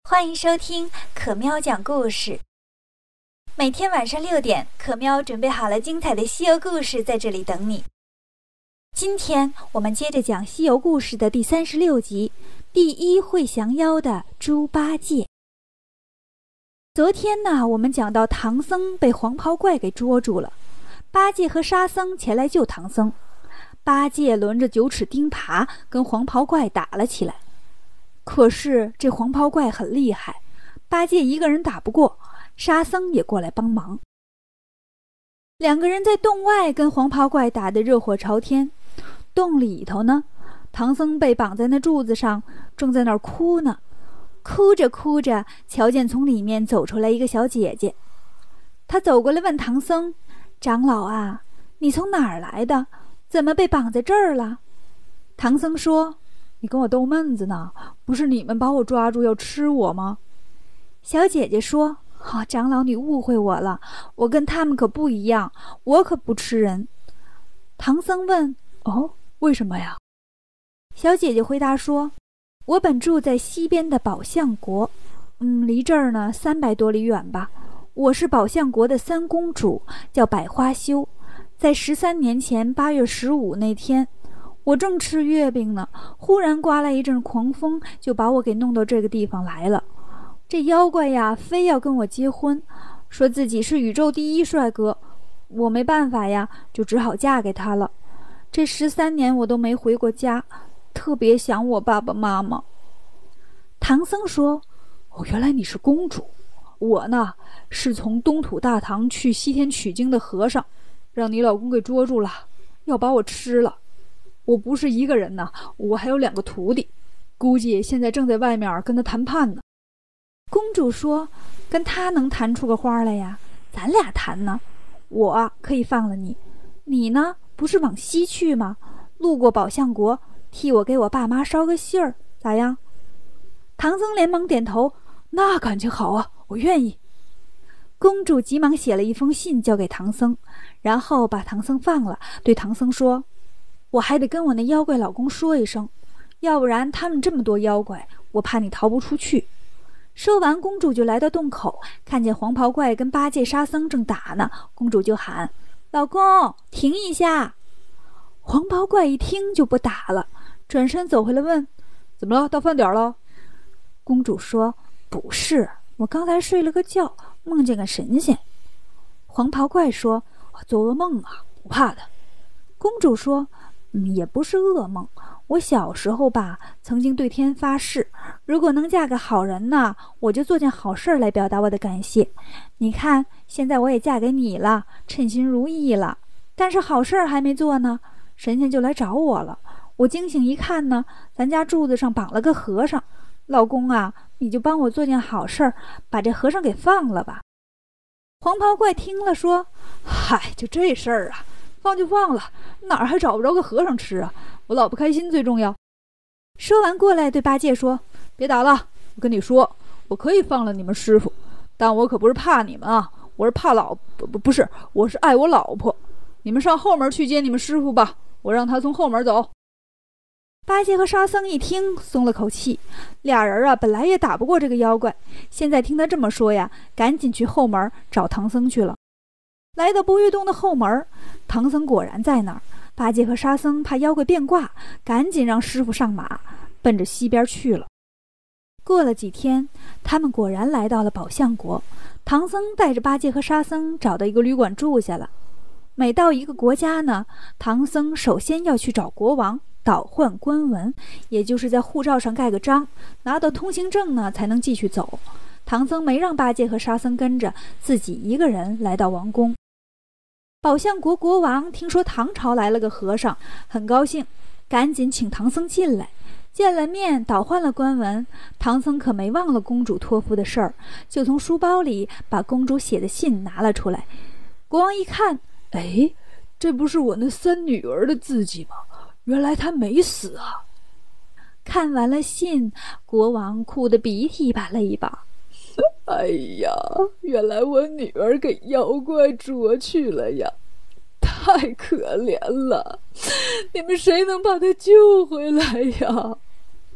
欢迎收听可喵讲故事。每天晚上6点，可喵准备好了精彩的西游故事，在这里等你。今天我们接着讲西游故事的第36集，第一会降妖的猪八戒。昨天呢，我们讲到唐僧被黄袍怪给捉住了，八戒和沙僧前来救唐僧。八戒轮着9齿钉耙跟黄袍怪打了起来。可是这黄袍怪很厉害，八戒一个人打不过，沙僧也过来帮忙。两个人在洞外跟黄袍怪打得热火朝天，洞里头呢，唐僧被绑在那柱子上，正在那儿哭呢。哭着哭着，瞧见从里面走出来一个小姐姐，她走过来问唐僧：“长老啊，你从哪儿来的？怎么被绑在这儿了？”唐僧说：“你跟我逗闷子呢，不是你们把我抓住要吃我吗？”小姐姐说：“长老你误会我了，我跟他们可不一样，我可不吃人。”唐僧问：“为什么呀？”小姐姐回答说：“我本住在西边的宝象国，离这儿呢300多里远吧。我是宝象国的3公主，叫百花羞。在13年前8月15那天，我正吃月饼呢，忽然刮来一阵狂风，就把我给弄到这个地方来了。这妖怪呀，非要跟我结婚，说自己是宇宙第一帅哥，我没办法呀，就只好嫁给他了。这13年我都没回过家，特别想我爸爸妈妈。”唐僧说：“原来你是公主，我呢是从东土大唐去西天取经的和尚，让你老公给捉住了，要把我吃了。我不是一个人呢，我还有2个徒弟，估计现在正在外面跟他谈判呢。”公主说：“跟他能谈出个花来呀？咱俩谈呢，我可以放了你，你呢不是往西去吗？路过宝象国，替我给我爸妈捎个信儿，咋样？”唐僧连忙点头：“那感情好啊，我愿意。”公主急忙写了一封信交给唐僧，然后把唐僧放了，对唐僧说：“我还得跟我那妖怪老公说一声，要不然他们这么多妖怪，我怕你逃不出去。”说完，公主就来到洞口，看见黄袍怪跟八戒、沙僧正打呢，公主就喊：“老公，停一下！”黄袍怪一听就不打了，转身走回来问：“怎么了？到饭点了？”公主说：“不是，我刚才睡了个觉，梦见个神仙。”黄袍怪说：“做噩梦啊，不怕的。”公主说：“也不是噩梦，我小时候吧，曾经对天发誓，如果能嫁个好人呢，我就做件好事来表达我的感谢。你看，现在我也嫁给你了，称心如意了。但是好事还没做呢，神仙就来找我了。我惊醒一看呢，咱家柱子上绑了个和尚。老公啊，你就帮我做件好事，把这和尚给放了吧。”黄袍怪听了说：“嗨，就这事儿啊，放就放了，哪儿还找不着个和尚吃啊？我老婆开心最重要。”说完过来对八戒说：“别打了，我跟你说，我可以放了你们师傅，但我可不是怕你们啊，我是怕不是，我是爱我老婆。你们上后门去接你们师傅吧，我让他从后门走。”八戒和沙僧一听松了口气，俩人啊本来也打不过这个妖怪，现在听他这么说呀，赶紧去后门找唐僧去了。来到不遇洞的后门，唐僧果然在那儿。八戒和沙僧怕妖怪变卦，赶紧让师傅上马，奔着西边去了。过了几天，他们果然来到了宝象国。唐僧带着八戒和沙僧找到一个旅馆住下了。每到一个国家呢，唐僧首先要去找国王倒换官文，也就是在护照上盖个章，拿到通行证呢才能继续走。唐僧没让八戒和沙僧跟着，自己一个人来到王宫。宝象国国王听说唐朝来了个和尚，很高兴，赶紧请唐僧进来。见了面，倒换了官文，唐僧可没忘了公主托付的事儿，就从书包里把公主写的信拿了出来。国王一看，这不是我那3女儿的字迹吗？原来她没死啊！看完了信，国王哭得鼻涕一把泪一把。哎呀，原来我女儿给妖怪捉去了呀，太可怜了！你们谁能把她救回来呀？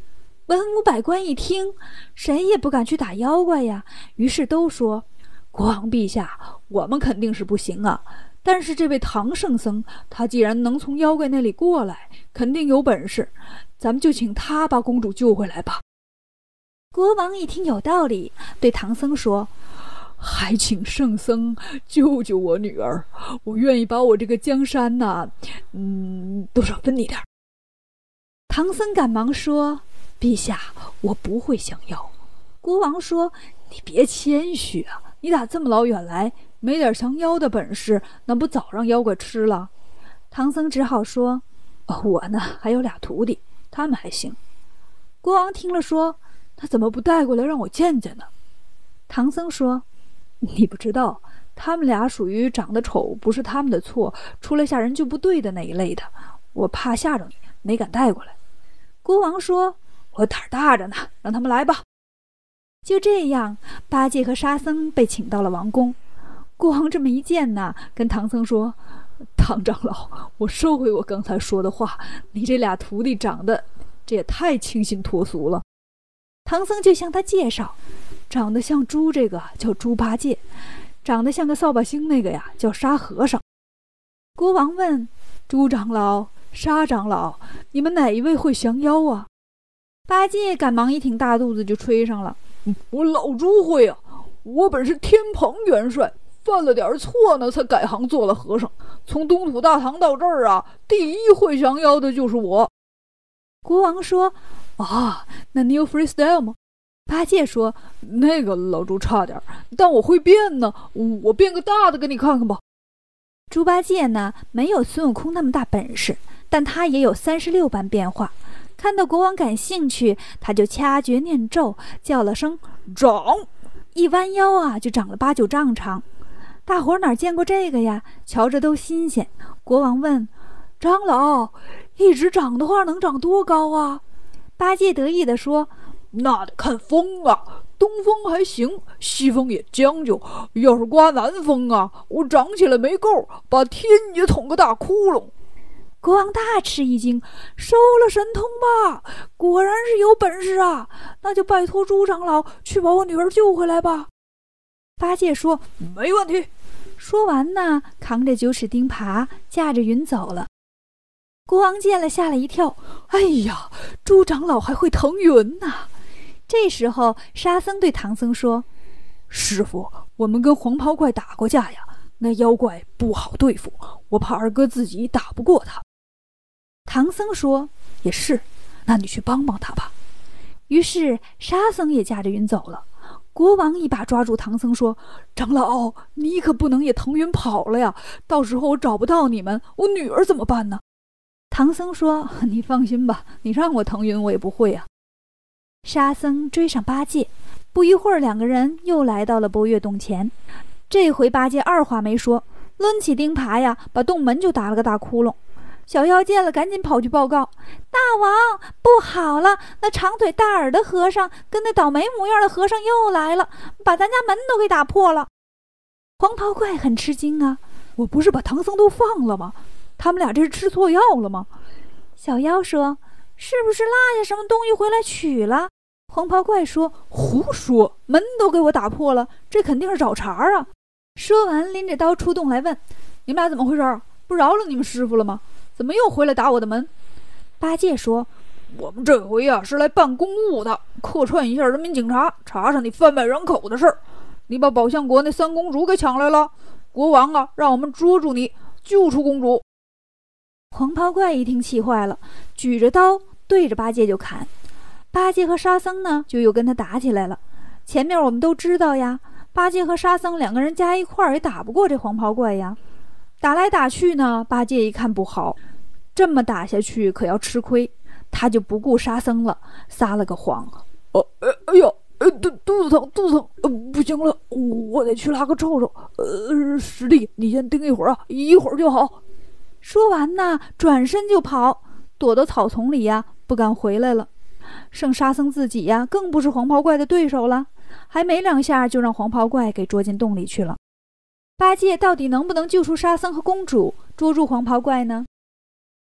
文武百官一听，谁也不敢去打妖怪呀，于是都说：国王陛下，我们肯定是不行啊，但是这位唐圣僧，他既然能从妖怪那里过来，肯定有本事，咱们就请他把公主救回来吧。国王一听有道理，对唐僧说：还请圣僧救救我女儿，我愿意把我这个江山多少分你点。唐僧赶忙说：陛下，我不会降妖。国王说：你别谦虚啊，你打这么老远来，没点降妖的本事，那不早让妖怪吃了？唐僧只好说：我呢还有俩徒弟，他们还行。国王听了说：他怎么不带过来让我见见呢？唐僧说：你不知道，他们俩属于长得丑不是他们的错，出来吓人就不对的那一类的，我怕吓着你，没敢带过来。国王说：我胆儿大着呢，让他们来吧。就这样，八戒和沙僧被请到了王宫。国王这么一见呢，跟唐僧说：唐长老，我收回我刚才说的话，你这俩徒弟长得这也太清新脱俗了。唐僧就向他介绍，长得像猪这个叫猪八戒，长得像个扫把星那个呀叫沙和尚。国王问：猪长老、沙长老，你们哪一位会降妖啊？八戒赶忙一挺大肚子就吹上了：我老猪会啊，我本是天蓬元帅，犯了点错呢才改行做了和尚，从东土大唐到这儿啊，第一会降妖的就是我。国王说：那你有 freestyle 吗？八戒说：那个老猪差点，但我会变呢，我变个大的给你看看吧。猪八戒呢，没有孙悟空那么大本事，但他也有36般变化。看到国王感兴趣，他就掐诀念咒，叫了声长，一弯腰啊，就长了8、9丈长。大伙哪见过这个呀？瞧着都新鲜。国王问：长老，一直长的话能长多高啊？八戒得意地说：那得看风啊，东风还行，西风也将就，要是刮南风啊，我长起来没够，把天也捅个大窟窿。国王大吃一惊，收了神通吧，果然是有本事啊，那就拜托猪长老去把我女儿救回来吧。八戒说：没问题。说完呢，扛着9齿钉耙，驾着云走了。国王见了吓了一跳，哎呀，猪长老还会腾云呐！这时候沙僧对唐僧说：师傅，我们跟黄袍怪打过架呀，那妖怪不好对付，我怕二哥自己打不过他。唐僧说：也是，那你去帮帮他吧。于是沙僧也驾着云走了。国王一把抓住唐僧说：长老，你可不能也腾云跑了呀，到时候我找不到你们，我女儿怎么办呢？唐僧说：你放心吧，你让我腾云我也不会啊。沙僧追上八戒，不一会儿2个人又来到了波月洞前。这回八戒二话没说，抡起钉耙呀，把洞门就打了个大窟窿。小妖见了，赶紧跑去报告：大王，不好了，那长腿大耳的和尚跟那倒霉模样的和尚又来了，把咱家门都给打破了。黄袍怪很吃惊啊，我不是把唐僧都放了吗？他们俩这是吃错药了吗？小妖说：是不是落下什么东西回来取了？黄袍怪说：胡说，门都给我打破了，这肯定是找茬啊。说完拎着刀出洞来问：你们俩怎么回事？不饶了你们师傅了吗？怎么又回来打我的门？八戒说：我们这回啊是来办公务的，客串一下人民警察，查查你贩卖人口的事儿。你把宝象国那3公主给抢来了，国王啊让我们捉住你，救出公主。黄袍怪一听气坏了，举着刀对着八戒就砍。八戒和沙僧呢就又跟他打起来了。前面我们都知道呀，八戒和沙僧2个人加一块儿也打不过这黄袍怪呀。打来打去呢，八戒一看不好，这么打下去可要吃亏，他就不顾沙僧了，撒了个谎：哎呀，肚子疼，不行了，我得去拉个臭臭。师弟，你先盯一会儿啊，一会儿就好。说完呢，转身就跑，躲到草丛里呀，不敢回来了。剩沙僧自己呀，更不是黄袍怪的对手了，还没2下就让黄袍怪给捉进洞里去了。八戒到底能不能救出沙僧和公主，捉住黄袍怪呢？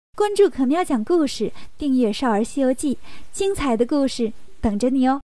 关注可喵讲故事，订阅《少儿西游记》，精彩的故事等着你哦。